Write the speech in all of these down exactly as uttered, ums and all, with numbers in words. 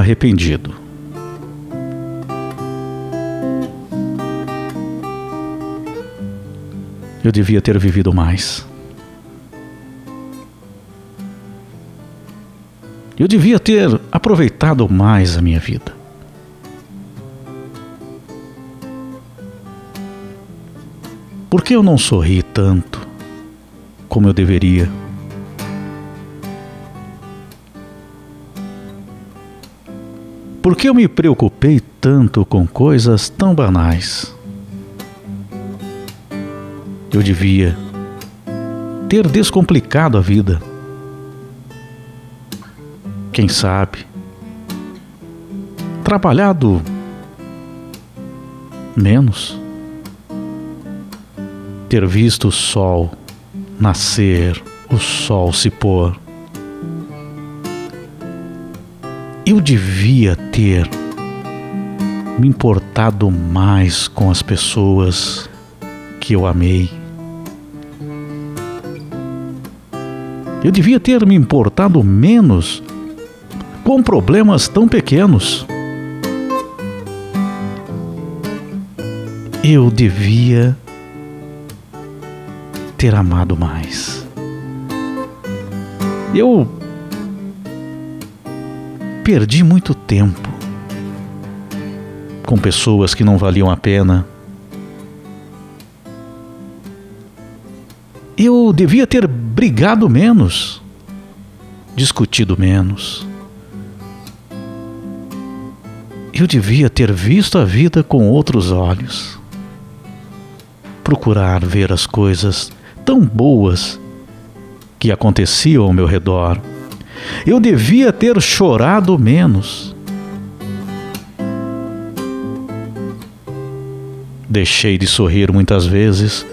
arrependido. Eu devia ter vivido mais. Eu devia ter aproveitado mais a minha vida. Por que eu não sorri tanto como eu deveria? Por que eu me preocupei tanto com coisas tão banais? Eu devia ter descomplicado a vida. Quem sabe, trabalhado menos, ter visto o sol nascer, o sol se pôr. Eu devia ter me importado mais com as pessoas que eu amei. Eu devia ter me importado menos com problemas tão pequenos. Eu devia ter amado mais. Eu perdi muito tempo com pessoas que não valiam a pena. Eu devia ter brigado menos, discutido menos. Eu devia ter visto a vida com outros olhos, procurar ver as coisas tão boas que aconteciam ao meu redor. Eu devia ter chorado menos. Deixei de sorrir muitas vezes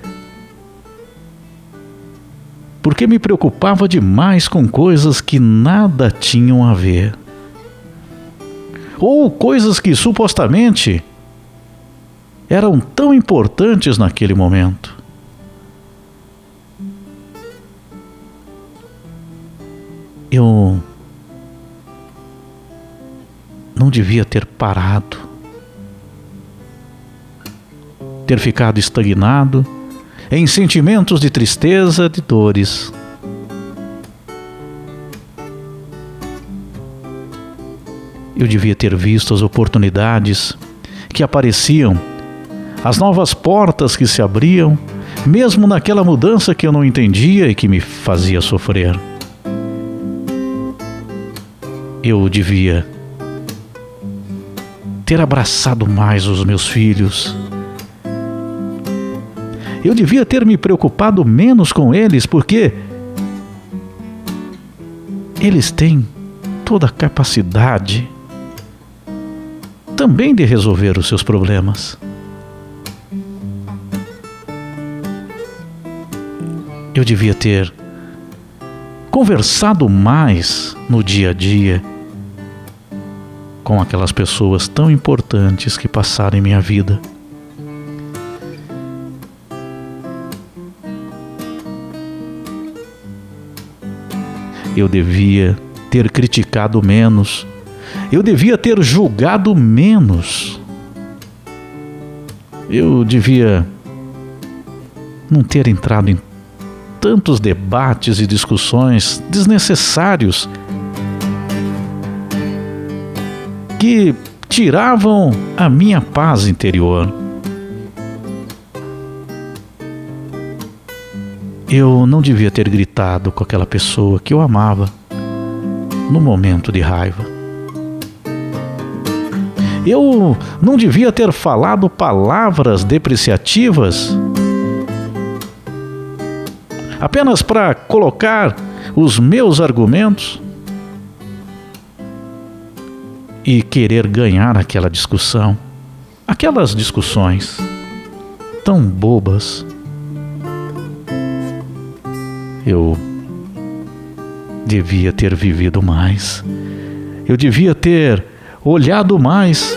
porque me preocupava demais com coisas que nada tinham a ver, ou coisas que supostamente eram tão importantes naquele momento. Eu não devia ter parado, ter ficado estagnado em sentimentos de tristeza, de dores. Eu devia ter visto as oportunidades que apareciam, as novas portas que se abriam, mesmo naquela mudança que eu não entendia e que me fazia sofrer. Eu devia ter abraçado mais os meus filhos. Eu devia ter me preocupado menos com eles, porque eles têm toda a capacidade também de resolver os seus problemas. Eu devia ter conversado mais no dia a dia com aquelas pessoas tão importantes que passaram em minha vida. Eu devia ter criticado menos. Eu devia ter julgado menos. Eu devia não ter entrado em tantos debates e discussões desnecessários que tiravam a minha paz interior. Eu não devia ter gritado com aquela pessoa que eu amava no momento de raiva. Eu não devia ter falado palavras depreciativas apenas para colocar os meus argumentos e querer ganhar aquela discussão, aquelas discussões tão bobas. Eu devia ter vivido mais. Eu devia ter olhado mais.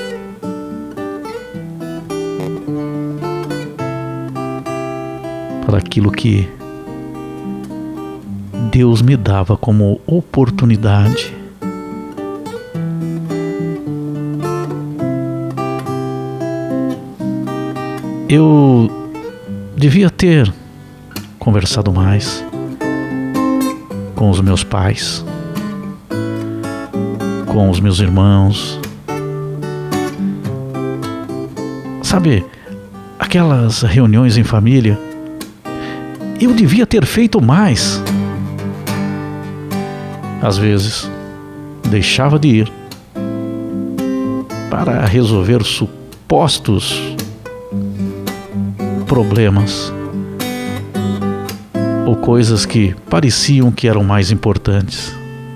Para aquilo que Deus me dava como oportunidade. Eu devia ter conversado mais com os meus pais, com os meus irmãos. Sabe, aquelas reuniões em família, eu devia ter feito mais. Às vezes, deixava de ir para resolver supostos problemas ou coisas que pareciam que eram mais importantes.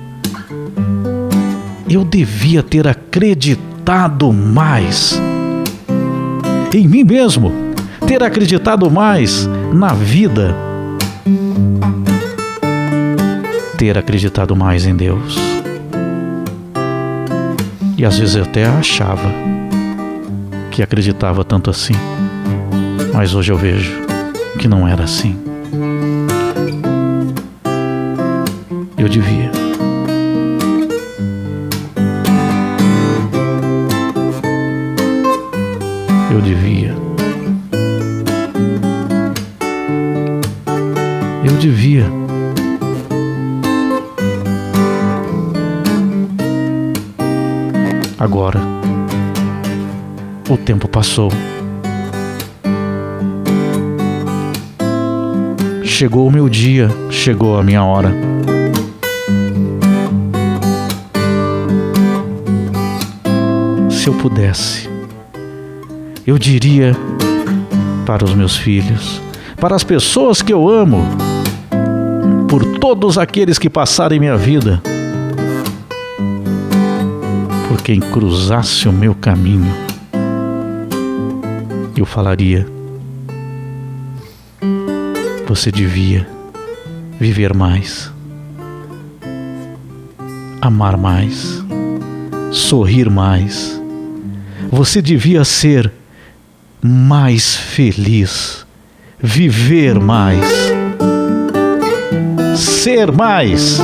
Eu devia ter acreditado mais em mim mesmo, ter acreditado mais na vida, ter acreditado mais em Deus. E às vezes eu até achava que acreditava tanto assim, mas hoje eu vejo que não era assim. Eu devia. Eu devia. Eu devia. Agora, o tempo passou. Chegou o meu dia, chegou a minha hora. Se eu pudesse, eu diria para os meus filhos, para as pessoas que eu amo, por todos aqueles que passaram em minha vida, por quem cruzasse o meu caminho, eu falaria: você devia viver mais, amar mais, sorrir mais. Você devia ser mais feliz, viver mais, ser mais.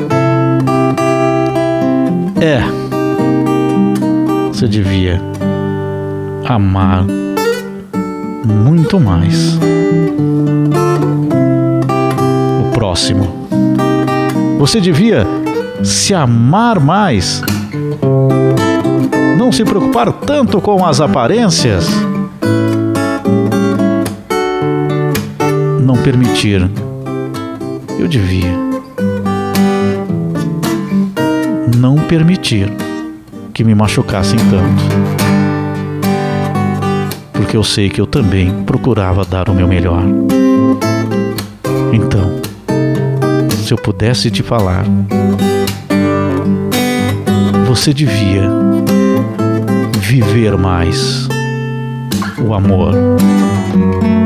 É, você devia amar muito mais o próximo. Você devia se amar mais, não se preocupar tanto com as aparências, não permitir. Eu devia não permitir que me machucassem tanto, porque eu sei que eu também procurava dar o meu melhor. Então, se eu pudesse te falar, você devia viver mais o amor.